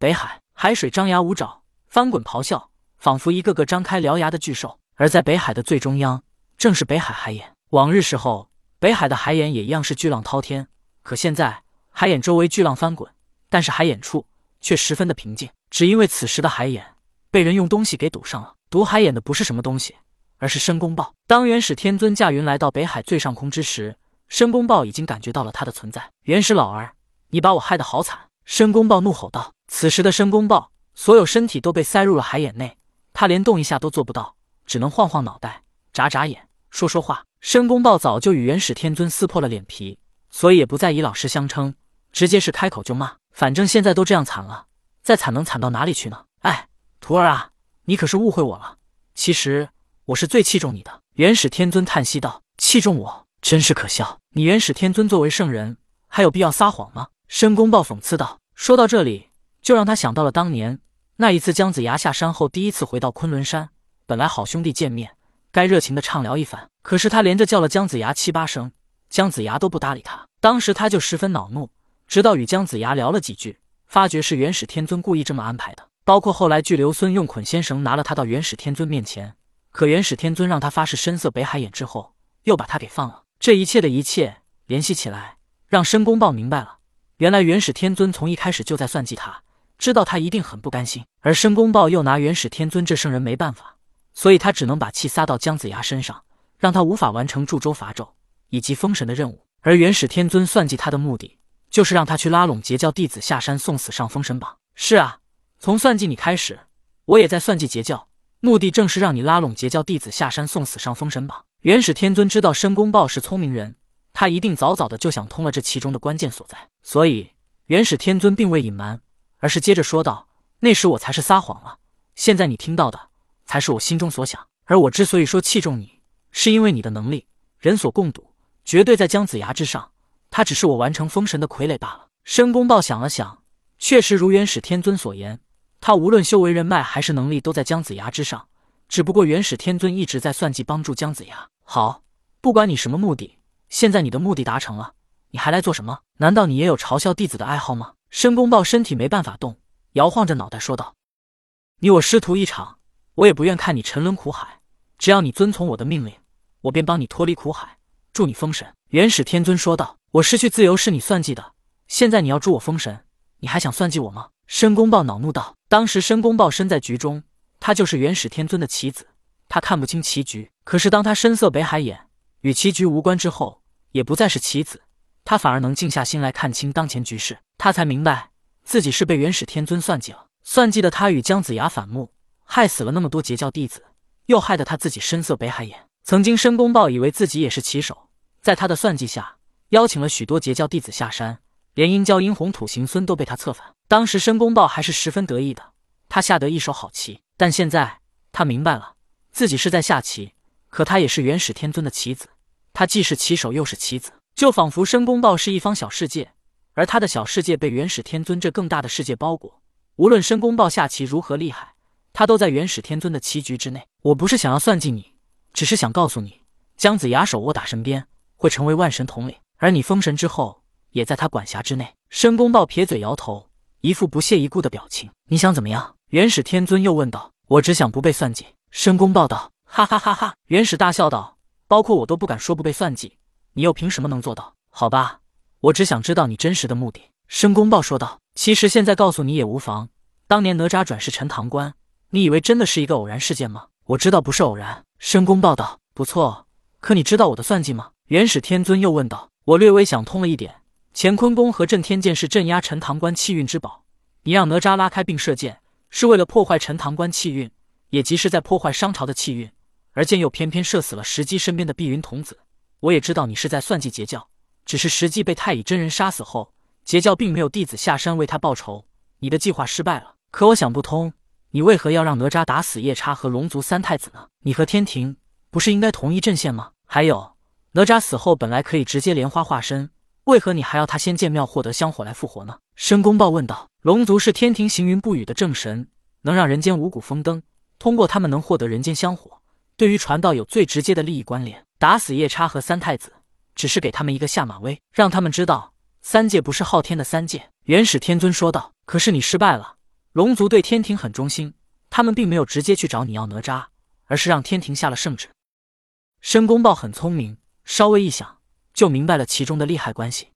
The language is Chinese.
北海，海水张牙舞爪，翻滚咆哮，仿佛一个个张开獠牙的巨兽。而在北海的最中央，正是北海海眼。往日时候，北海的海眼也一样是巨浪滔天，可现在海眼周围巨浪翻滚，但是海眼处却十分的平静，只因为此时的海眼被人用东西给堵上了。堵海眼的不是什么东西，而是申公豹。当元始天尊驾云来到北海最上空之时，申公豹已经感觉到了他的存在。元始老儿，你把我害得好惨！申公豹怒吼道。此时的申公豹所有身体都被塞入了海眼内，他连动一下都做不到，只能晃晃脑袋，眨眨眼，说说话。申公豹早就与元始天尊撕破了脸皮，所以也不再以老师相称，直接是开口就骂。反正现在都这样惨了，再惨能惨到哪里去呢？哎，徒儿啊，你可是误会我了，其实我是最器重你的。元始天尊叹息道。器重我？真是可笑！你元始天尊作为圣人，还有必要撒谎吗？申公豹讽刺道。说到这里，就让他想到了当年那一次姜子牙下山后第一次回到昆仑山，本来好兄弟见面，该热情的畅聊一番，可是他连着叫了姜子牙7、8声，姜子牙都不搭理他。当时他就十分恼怒，直到与姜子牙聊了几句，发觉是元始天尊故意这么安排的。包括后来巨留孙用捆仙绳拿了他到元始天尊面前，可元始天尊让他发誓深色北海眼之后，又把他给放了。这一切的一切联系起来，让申公豹明白了，原来元始天尊从一开始就在算计他，知道他一定很不甘心，而申公豹又拿元始天尊这圣人没办法，所以他只能把气撒到姜子牙身上，让他无法完成祝州伐纣以及封神的任务。而元始天尊算计他的目的，就是让他去拉拢截教弟子下山送死上封神榜。是啊，从算计你开始，我也在算计截教，目的正是让你拉拢截教弟子下山送死上封神榜。元始天尊知道申公豹是聪明人，他一定早早的就想通了这其中的关键所在，所以元始天尊并未隐瞒，而是接着说道：那时我才是撒谎了，现在你听到的才是我心中所想。而我之所以说器重你，是因为你的能力人所共睹，绝对在姜子牙之上，他只是我完成封神的傀儡罢了。申公豹想了想，确实如元始天尊所言，他无论修为人脉还是能力都在姜子牙之上，只不过元始天尊一直在算计帮助姜子牙。好，不管你什么目的，现在你的目的达成了，你还来做什么？难道你也有嘲笑弟子的爱好吗？申公豹身体没办法动，摇晃着脑袋说道：你我师徒一场，我也不愿看你沉沦苦海，只要你遵从我的命令，我便帮你脱离苦海，助你封神。元始天尊说道：我失去自由是你算计的，现在你要助我封神，你还想算计我吗？申公豹恼怒道。当时申公豹身在局中，他就是元始天尊的棋子，他看不清棋局，可是当他深色北海眼，与棋局无关之后，也不再是棋子，他反而能静下心来看清当前局势。他才明白自己是被元始天尊算计了，算计的他与姜子牙反目，害死了那么多截教弟子，又害得他自己深色北海眼。曾经申公豹以为自己也是棋手，在他的算计下，邀请了许多截教弟子下山，连殷郊、殷红、土行孙都被他策反。当时申公豹还是十分得意的，他下得一手好棋。但现在他明白了，自己是在下棋，可他也是元始天尊的棋子，他既是棋手又是棋子，就仿佛申公豹是一方小世界，而他的小世界被元始天尊这更大的世界包裹。无论申公豹下棋如何厉害，他都在元始天尊的棋局之内。我不是想要算计你，只是想告诉你，姜子牙手握打神鞭，会成为万神统领，而你封神之后也在他管辖之内。申公豹撇嘴摇头，一副不屑一顾的表情。你想怎么样？元始天尊又问道。我只想不被算计。申公豹道。哈哈哈哈！元始大笑道，包括我都不敢说不被算计，你又凭什么能做到？好吧，我只想知道你真实的目的。申公豹说道。其实现在告诉你也无妨，当年哪吒转世陈塘关，你以为真的是一个偶然事件吗？我知道不是偶然。申公豹道。不错，可你知道我的算计吗？元始天尊又问道。我略微想通了一点，乾坤弓和震天剑是镇压陈塘关气运之宝，你让哪吒拉开并射箭，是为了破坏陈塘关气运，也即是在破坏商朝的气运，而箭又偏偏射死了石矶身边的碧云童子。我也知道你是在算计截教，只是石矶被太乙真人杀死后，截教并没有弟子下山为他报仇，你的计划失败了。可我想不通，你为何要让哪吒打死夜叉和龙族三太子呢？你和天庭不是应该同一阵线吗？还有，哪吒死后本来可以直接莲花化身，为何你还要他先建庙获得香火来复活呢？申公豹问道。龙族是天庭行云布雨的正神，能让人间五谷丰登，通过他们能获得人间香火，对于传道有最直接的利益关联。打死夜叉和三太子，只是给他们一个下马威，让他们知道三界不是昊天的三界。元始天尊说道。可是你失败了， 龙族对天庭很忠心，他们并没有直接去找你要哪吒，而是让天庭下了圣旨。申公豹很聪明，稍微一想就明白了其中的利害关系。